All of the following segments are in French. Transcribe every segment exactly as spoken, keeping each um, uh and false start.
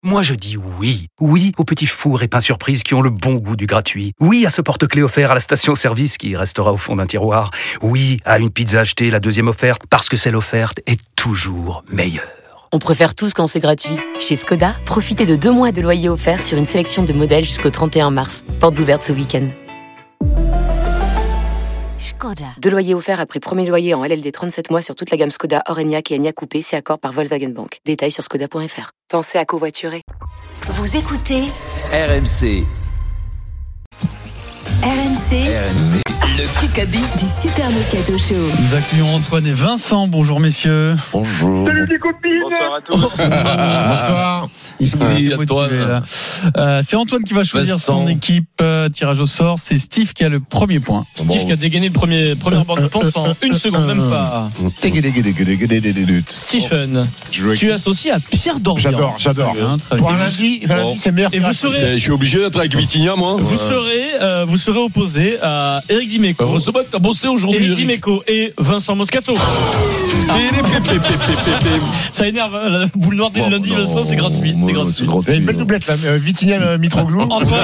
Moi je dis oui. Oui aux petits fours et pains surprises qui ont le bon goût du gratuit. Oui à ce porte-clés offert à la station-service qui restera au fond d'un tiroir. Oui à une pizza achetée, la deuxième offerte, parce que celle offerte est toujours meilleure. On préfère tous quand c'est gratuit. Chez Skoda, profitez de deux mois de loyer offert sur une sélection de modèles jusqu'au trente et un mars. Portes ouvertes ce week-end. Skoda. Deux loyers offerts après premier loyer en L L D trente-sept mois sur toute la gamme Skoda, Orenia et Enyaq Coupé, si accord par Volkswagen Bank. Détails sur skoda point f r. Pensez à covoiturer. Vous écoutez R M C. R M C. R M C. Le Kikadi Du Super Moscato Show. Nous accueillons Antoine et Vincent. Bonjour messieurs. Bonjour. Salut les copines. Bonsoir à tous. Bonsoir. Salut Antoine. Euh, c'est Antoine qui va choisir Vincent. son équipe. Euh, tirage au sort. C'est Steve qui a le premier point. Steve qui a dégainé le premier, première bande de réponse en une seconde, même pas. Stephen, tu es associé à Pierre Dorbian. J'adore, j'adore. Bien, très Pour bien. un lundi, un lundi, c'est meilleur. Et vous serez, Je suis obligé d'être avec Vitinha, moi. vous serez, euh, vous serez opposé à Eric Dimeco. Heureusement que t'as bossé aujourd'hui. Eric Dimeco et Vincent Moscato. Ah. Ça énerve, hein, la boule noire dès le lundi, le soir, c'est gratuit. C'est gratuit. Il y a une belle doublette là, euh, Vitinha euh, Mitroglou. Antoine,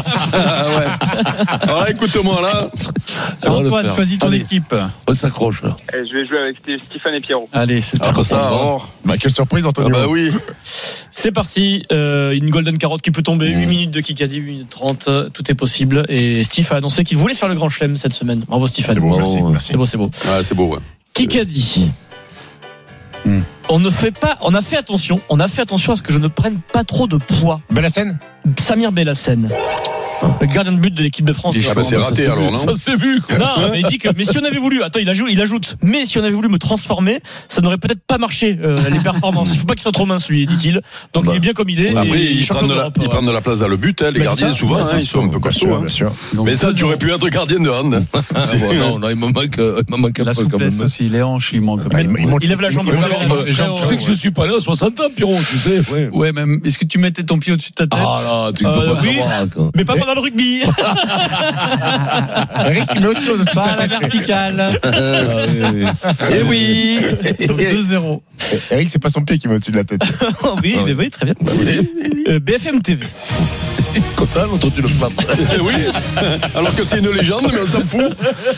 Alors là, écoute-moi, là. Ça va le Antoine, faire. choisis ton Allez. équipe. On s'accroche là. Eh, je vais jouer avec Steve- Stéphane et Pierrot. Allez, c'est Ah, parti. ça, alors. Bah, quelle surprise, Ah, Antonio. bah oui. c'est parti. Euh, une golden carotte qui peut tomber. huit minutes de Kikadi, huit minutes trente. Tout est possible. Et Steve a annoncé qu'il voulait faire le grand chelem cette semaine. Bravo Stéphane. C'est beau, merci, Bravo. merci. C'est beau, c'est beau. Ah, c'est beau, ouais. Kikadi. Hmm. On ne fait pas, on a fait attention, on a fait attention à ce que je ne prenne pas trop de poids. Belle scène. Samir Bellassène, le gardien de but de l'équipe de France. Ah, bah, c'est Ça raté, s'est alors, vu, non? Ça s'est vu quoi. Non, mais il dit que, mais si on avait voulu, attends, il ajoute, il ajoute, mais si on avait voulu me transformer, ça n'aurait peut-être pas marché, euh, les performances. Il faut pas qu'il soit trop mince, lui, dit-il. Donc, Bah. il est bien comme il est. Après, et ils champion prennent, de la, d'Europe, ils ouais. prennent de la place dans le but, hein, les Bah, gardiens, c'est ça. souvent, Bah, hein, c'est ils sont un peu Bien costauds. sûr, hein. bien sûr. Donc, Mais ça, deux tu aurais zéro. pu être gardien de hand. Ah, bon, non, non, il me manque, euh, il me manque un La peu quand souplesse même. aussi, les hanches, il manque. Bah, il- il monte- Il lève la jambe. il il monte- lève la il jambe. monte- les jambes, Tu sais que je suis pas là à soixante ans, Pierrot, tu sais. Ouais, Ouais, même. Est-ce que tu mettais ton pied au-dessus de ta tête? Ah là, tu peux Euh, pas oui. savoir. quoi. Mais pas pendant le rugby. Eric, il met autre chose au-dessus de Pas sa à la tête. verticale. Ah, oui, oui. Eh oui. Donc deux zéro. Eric, c'est pas son pied qui met au-dessus de la tête. oui, mais oui, très bien. Euh, B F M T V. Content, on entend le flamme. Eh oui. Alors que c'est une légende, mais on s'en fout.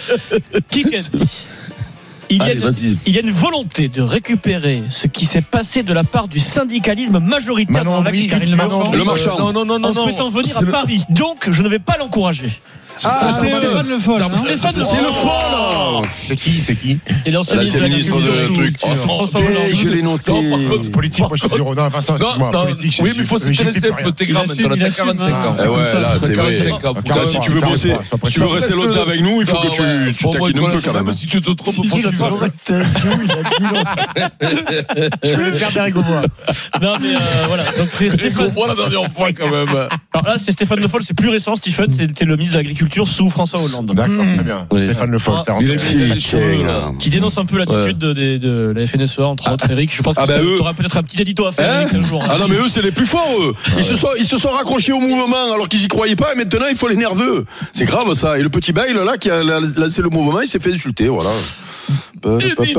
Kikadi. Il y, a Allez, une, vas-y. il y a une volonté de récupérer ce qui s'est passé de la part du syndicalisme majoritaire Manon dans Brie, l'agriculture Manon Brie. Le marchand. Non, non, non, non, en non. souhaitant venir C'est à le- Paris. Donc, je ne vais pas l'encourager. Ah, c'est c'est- Stéphane Le Foll. hein. Stéphane, C'est le fond, là. C'est qui, c'est qui? Et l'ancien Là, ministre c'est de le ministre de l'Agriculture. truc. sous- sous François Eh, Hollande. je l'ai noté. Non, par contre, Politique, moi je suis zéro. Non, Vincent, Non, excuse-moi. non, Politique, je- oui, je- mais il faut je- se j'y laisser peux un rien. peu tes Il grammes. assume, Maintenant, il t'as assume, quarante-cinq hein. ans. Eh ouais, là, c'est vrai. quarante-cinq ans, faut Là, Là, quand si même- tu veux Faut bosser, pas, faut si tu veux pas. rester longtemps avec nous, il faut que tu, tu Bon, taquines bon, un peu quand même même. si tu te trompes, faut Si, que il a tu toujours fasses. resté avec nous, il a dit non. Je connais Pierre Bérégovoy. Non, mais euh, voilà. Donc, c'est Stéphane, Stéphane. on voit la dernière fois quand même. Alors là, c'est Stéphane Le Foll. C'est plus récent, Stephen. C'était le ministre de l'Agriculture sous François Hollande. D'accord, très bien. Oui. Stéphane Le Foll, c'est Il rentré. a mis les cheveux là. Qui dénonce un peu l'attitude de, de, de la F N S E A, entre autres, Eric. Je pense que Ah bah tu eux. auras peut-être un petit édito à faire, Hein Eric, un jour. Ah non, mais eux, c'est les plus forts, eux. Ils se sont, ils se sont raccrochés au mouvement alors qu'ils y croyaient pas, et maintenant, il faut les nerveux. C'est grave, ça. Et le petit Bail, là, qui a lancé le mouvement, il s'est fait insulter, voilà. Demain,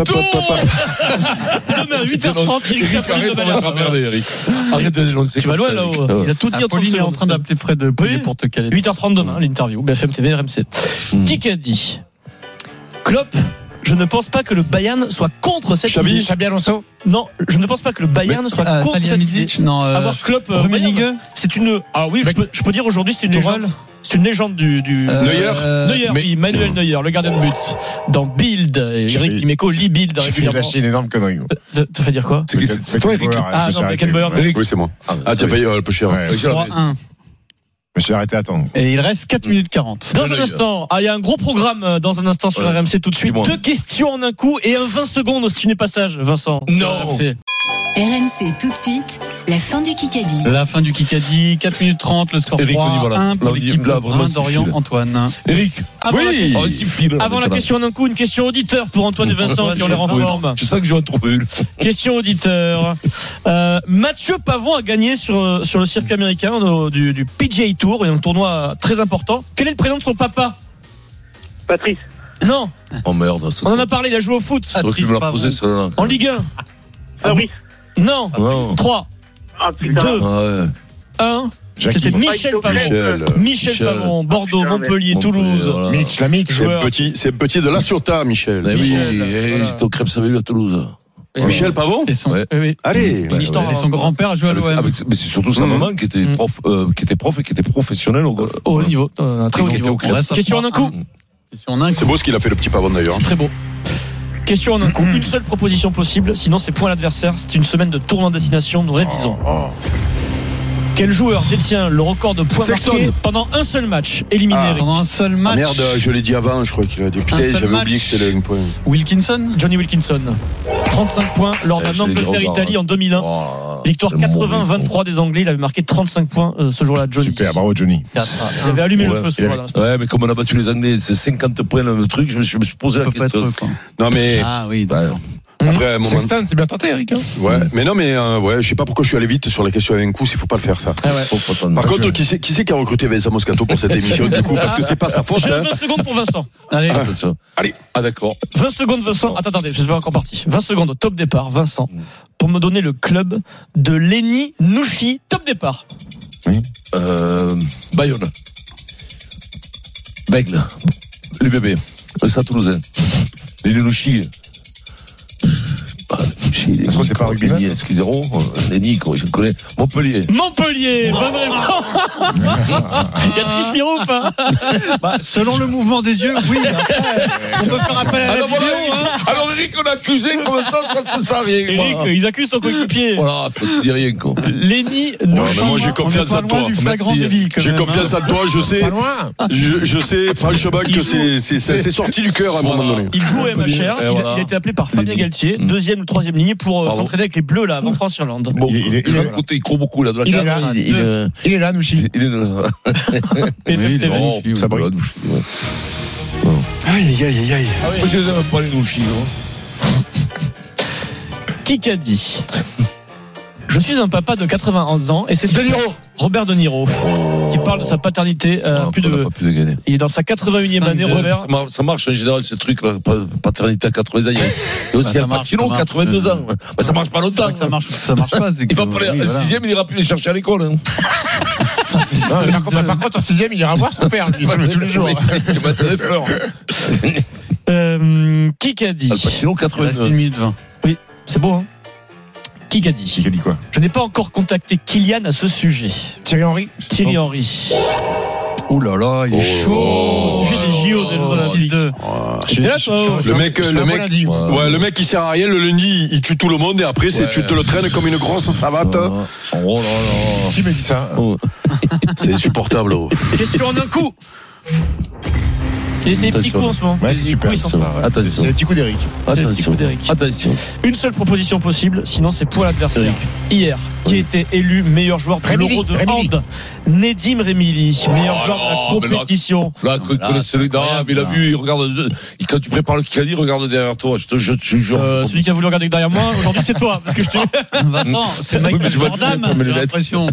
huit heures trente, Eric Chaperon Arrête de de Valère. mettre à merder, Eric. Arrête de dénoncer. Tu vas comme loin ça, là-haut. Eric. Il a tout dit en trente Pauline est en secondes. train d'appeler Fred de Pouillet Oui. pour te caler. huit heures trente demain, l'interview, B F M T V, R M C. Qui a dit Klopp, je ne pense pas que le Bayern soit contre cette Xavi. idée. Xabi Alonso. Non, je ne pense pas que le Bayern soit Ah, contre cette idée. Salihamidzic, non. euh, Avoir Klopp, euh, Rummenigge. Bayern, c'est une. Ah oui, je peux, je peux dire aujourd'hui, c'est une Tourelle. légende. C'est une légende du. du Euh, Neuer. euh, Neuer, mais- oui, Manuel Neuer, le gardien de but. Dans Bild, et J'ai Eric fait- Dimeco lit Bild J'ai fait régulièrement. lâcher une énorme connerie. Ça te fait dire quoi C'est qui- c'est toi, Eric. Ah, non, Beckenbauer, Ouais. Eric. Oui, c'est moi. Ah, Ah, tu as failli, euh, le peu cher. Ouais. trois un. Je me suis arrêté à attendre. Et il reste quatre minutes quarante. Dans Neuer. un instant, ah, il y a un gros programme euh, dans un instant sur Ouais. R M C tout de suite. Dis-moi. Deux questions en un coup et un vingt secondes au ciné passage, Vincent. Non. Sur R M C. R M C tout de suite, la fin du Kikadi. La fin du Kikadi, quatre minutes trente, le score Eric, on y va, trois là. un pour Là, on y- l'équipe là, de vraiment, Brun c'est d'Orient, facile. Antoine. Eric. Avant la Oui. question- Oh, il file. Avant la question d'un coup, une question auditeur pour Antoine et Vincent Antoine, qui ont l'air en oui. forme. Je sens que je vais en trouver une. Question auditeur. Euh, Mathieu Pavon a gagné sur, sur le circuit américain au- du, du P G A Tour, un tournoi très important. Quel est le prénom de son papa Patrice. Non, Oh merde. ça- on en a parlé, il a joué au foot. T'aurais pu me la poser, ça. En Ligue un. Fabrice. Non. Non. trois, Ah putain. deux, Ouais. un. Jackie. C'était Michel Pavon. Michel. Michel Michel. Pavon, Bordeaux, Putain, Montpellier, Montpellier, Toulouse. voilà. Mitch, la Mitch. C'est Joueur. petit, c'est petit de la Ciotat, Michel. Eh oui, Michel, eh, voilà. j'étais au Crêpes Saint-Vélu à Toulouse. Michel Pavon. Et son, Ouais. Oui, oui. Allez. Une histoire et son grand-père a joué à Avec- l'O M. avec- mais c'est surtout sa Mhm. maman qui était Mhm. prof, euh, qui était prof et qui était professionnelle au golf. Au haut niveau, euh, un très haut Qui était niveau. au club. Question en un coup. Question en un C'est coup. beau ce qu'il a fait le petit Pavon d'ailleurs. C'est très beau. Question en un coup. Une seule proposition possible, sinon c'est point à l'adversaire. C'est une semaine de tournoi en destination. Nous révisons. Oh. Quel joueur détient le record de points Sexton. marqués pendant un seul match éliminé Ah. Eric Pendant un seul Ah, match. merde, je l'ai dit avant, je crois qu'il a dit. Putain, Un seul j'avais match. oublié que c'était le point. Wilkinson. Johnny Wilkinson. trente-cinq points lors Ça, d'un je l'ai dit Angleterre-Italie encore. en deux mille un. Oh, Victoire c'est le quatre-vingts mauvais, vingt-trois des Anglais. Il avait marqué trente-cinq points euh, ce jour-là, Johnny. Super, bravo Johnny. Il avait allumé le Ouais. feu ce Il jour-là. con. Ouais, mais comme on a battu les Anglais, c'est cinquante points le truc, je me suis, je me suis posé Ça la peut pas être question. eux, quoi. Non mais Ah oui, Ouais. d'accord. après à un moment. Sexton, c'est bien tenté, Eric. hein. Ouais, mais non mais euh, ouais, je sais pas pourquoi je suis allé vite sur la question avec un coup, il faut pas le faire ça. Ah ouais. Faut pas attendre. Par contre, qui c'est qui c'est qui a recruté Vincent Moscato pour cette émission du coup parce que c'est pas sa faute J'ai hein. vingt secondes pour Vincent. Allez, Ah, c'est ça. Allez. Ah, d'accord. vingt secondes, Vincent. Attends, attendez, je suis pas encore parti. vingt secondes au top départ, Vincent, pour me donner le club de Lenny Nouchi. Top départ. Euh, Bayonne. Bègle. Les bébés. Le Stade Toulousain. Les Lelouchi. Ah, les Est-ce que c'est pas rugby, là Excusez-moi. Les Nico, je le connais. Montpellier. Montpellier, bonne réponse. Il y a triche Miro ou pas? bah, selon le mouvement des yeux, oui. Après, on peut faire appel à la Alors, vidéo. voilà, hein. alors Eric, on a accusé comme ça, ça, ça rien. Eric, ils accusent ton coéquipier. Voilà, tu dis rien, quoi. Lenny Ouais, Nouchi. mais moi j'ai confiance On est en pas toi. loin du flagrant Merci. délit, quand J'ai même, confiance hein. en toi, je sais. Pas loin. Je, je sais franchement Il que joue- c'est c'est c'est c'est sorti du cœur à un moment donné. Il joue au M H R. Et Il, a- voilà. il a été appelé par Fabien Lenny. Galtier, Mm. deuxième ou troisième ligne, pour euh, Bravo. s'entraîner avec les Bleus là, avant France-Irlande. Bon, Il est- il est- il il est est- de côté, il court beaucoup, là, de la Il est carte. là. Il, il, euh, Il est là, Nouchi. il est là. P F M T V. Non, oui, ça oui. brille. Aïe aïe aïe aïe. Ah oui. Moi, je les aime pas, les nouchis, non. Qui qu'a dit? Je suis un papa de quatre-vingt-onze ans et c'est De Niro. Robert De Niro qui parle de sa paternité. euh, Ah, plus on n'a de, pas pu de gagner. il est dans sa quatre-vingt-unième année, cinq-deux. Robert. Ça marche, ça marche en général, ce truc-là. paternité à quatre-vingts ans. Il y a il y a aussi Bah, ça Al marche, Pacino, ça marche. quatre-vingt-deux ans. Bah, ça marche pas C'est longtemps. vrai que ça marche, ça marche pas. c'est Il va que- pas aller oui, en voilà. sixième, il ira plus les chercher à l'école. Hein. Non, mais par, contre, par contre, en sixième, il ira voir son père, lui, tous les jours. Oui, il va mettre des fleurs. Euh, qui qu'a dit? Al Pacino, Il reste une quatre-vingt-deux. minute vingt. C'est beau, hein? Qui qu'a dit? Il a dit quoi? Je n'ai pas encore contacté Kylian à ce sujet. Thierry Henry. Thierry Henry. Ouh là là, il est Oh chaud. Au sujet des J O des Jeux Olympiques. six deux. T'es là, toi? Le mec, Je suis le un mec, bon lundi. Ouais. ouais, le mec qui sert à rien le lundi, il tue tout le monde et après c'est Ouais. tu te le traînes comme une grosse savate. Oh là là. Qui m'a dit ça? Oh. C'est insupportable. oh. Question en un coup. C'est c'est les petits Attention. coups en ce moment. Ouais, Les c'est super, coups, ils sont ça. pas- ouais. Attention. C'est le petit coup d'Eric. C'est le petit Attention. coup d'Eric. Attention. Une seule proposition possible, sinon c'est pour l'adversaire. Hier, qui a été élu meilleur joueur de Remili, l'Euro de Remili. hand, Nedim Remili, meilleur Oh joueur de la non, mais là- compétition. Là, quand il Là, connaissait les. Non, incroyable, mais il a là. vu, il regarde. il- Quand tu prépares le Kikadi, regarde derrière toi. Je te, je te jure. Euh, celui qui a voulu regarder derrière moi, aujourd'hui c'est toi, parce que je te. Vincent, c'est Oui, mais Michael je vois bien Jordan, comme mes j'ai lunettes. l'impression.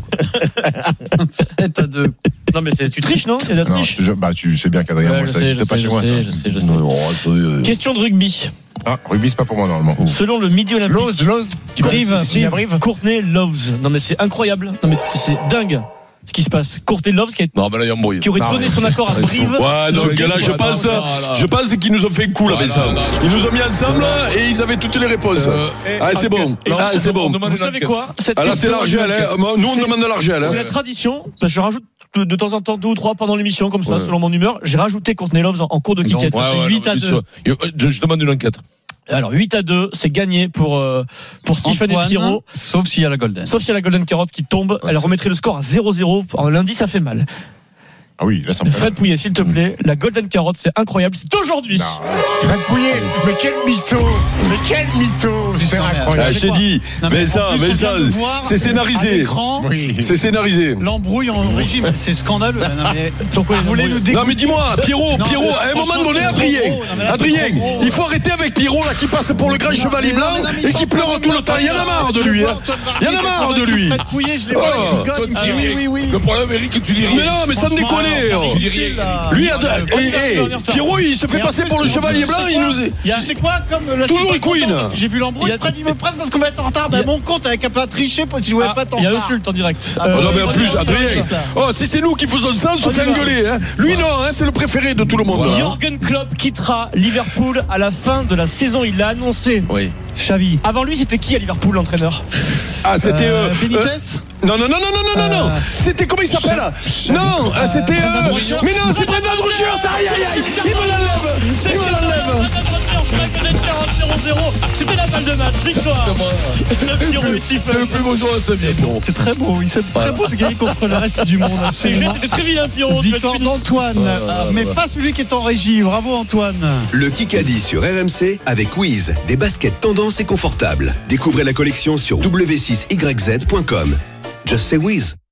sept à deux. Non mais c'est- tu triches non? C'est de la Non, triche. je- bah, tu sais bien qu'Adrien, Ouais, moi, je ça sais, n'existait je pas sais, chez je moi, sais, ça. je sais, je sais. Non, ça, euh, Question de rugby. Ah, rugby, c'est pas pour moi, normalement. Selon le Midi Olympique, Lose, Lose. Brive, Si, il y a Brive. Courtney Loves. Non mais c'est incroyable. Non mais c'est dingue ce qui se passe. Courtney Loves qui, a- Non, mais là, il y a un bruit. qui aurait Non, donné mais- son accord à Ouais, Brive. Ouais, donc là, je pense, je pense qu'ils nous ont fait un coup là, Ah, Vincent. non, non, Ils nous ont mis ensemble et ils avaient toutes les réponses. Ah, c'est bon. Ah, c'est bon. Vous savez quoi? Cette Ah là, c'est question- l'argel. Hein. Nous, on C'est- demande de l'argel. C'est Hein. la tradition. Parce que je rajoute de, de temps en temps deux ou trois pendant l'émission, comme ça, Ouais. selon mon humeur. J'ai rajouté Courtney Loves en, en cours de Donc, Kikette. ouais, Ça fait ouais, huit à bien deux. sûr. Je, je demande une enquête. Alors huit à deux, c'est gagné pour, euh, pour Stéphane et Antoine, Pierrot. sauf s'il y a la Golden. Sauf s'il y a la Golden Carotte qui tombe, elle c'est- remettrait le score à zéro zéro. En lundi, ça fait mal. Ah oui, là, ça me fait. Fred Pouillet, s'il te plaît, la Golden Carotte, c'est incroyable. C'est aujourd'hui. Non. Fred Pouillet, mais quel mytho! Mais quel mytho! C'est Non, mais Ah, incroyable. je t'ai quoi dit, Non, mais Vincent, en plus, on vient Vincent, de voir c'est à scénarisé. l'écran Oui. C'est scénarisé. l'embrouille en régime, c'est scandaleux. Non, mais Pourquoi vous ils voulez embrouillent nous dégoûter? Non mais dis-moi, Pierrot, Non, Pierrot, mais à un franchement, moment donné, c'est trop Adrien, gros. Non, mais là, c'est Adrien, trop gros. il faut arrêter avec Pierrot là qui passe pour le grand Non, chevalier mais blanc non, mais non, mais et qui ils pleure sont tout le pas temps. Il y en a marre de Je lui. vois hein. Antoine Il y en a Barbier marre qui de est lui. Fred Pouillet, je les vois, Oh, il rigole, toi, il me tu dit dis oui, rien. oui, oui. Le problème, Eric, tu dis rien. Mais non, mais sans Franchement, déconner, oh. Tu dis rien. Lui, attends, eh, eh, Pierrot, il se fait Et passer en pour le plus, chevalier tu sais blanc, il quoi nous est. Il y a- Tu sais quoi, comme la Toujours suite est les Queen. content, parce que j'ai vu Il y l'embrouille, a- Fred il me presse parce qu'on va être en retard. Ben Il y a- mon compte avec un peu à tricher si je voulais Ah, pas être en il y a retard. Insulte en direct. Ah, Oh, non, mais en Euh, plus, on y va, Adrien. on y va. Oh, si c'est nous qui faisons ça, on se On y fait va. engueuler. Hein. Lui, non, hein, c'est le préféré de tout le monde. hein. Jürgen Klopp quittera Liverpool à la fin de la saison. Il l'a annoncé. Oui. Xavi. Avant lui, c'était qui à Liverpool, l'entraîneur? Ah, c'était. Euh, euh, Benitez. euh, Non, non, non, non, non, non, non, non. C'était comment il s'appelle Non, euh, c'était. Brendan euh, Rodgers. Mais non, c'est Brendan Rodgers. Aïe, aïe, aïe. Il me l'enlève. Il me l'enlève. C'était la balle de match, victoire. neuf zéro et C'est le plus beau joueur de sa vie, Pierrot. C'est très beau, oui, c'est très beau de gagner contre le reste du monde. C'est juste, Absolument. c'était très vilain, Pierrot. Tu vas Victoire te finir. d'Antoine, Ouais, ouais, mais ouais. pas celui qui est en régie. Bravo Antoine. Le Kikadi sur R M C avec Wiz, des baskets tendance et confortables. Découvrez la collection sur w six y z point com. Just say Wiz.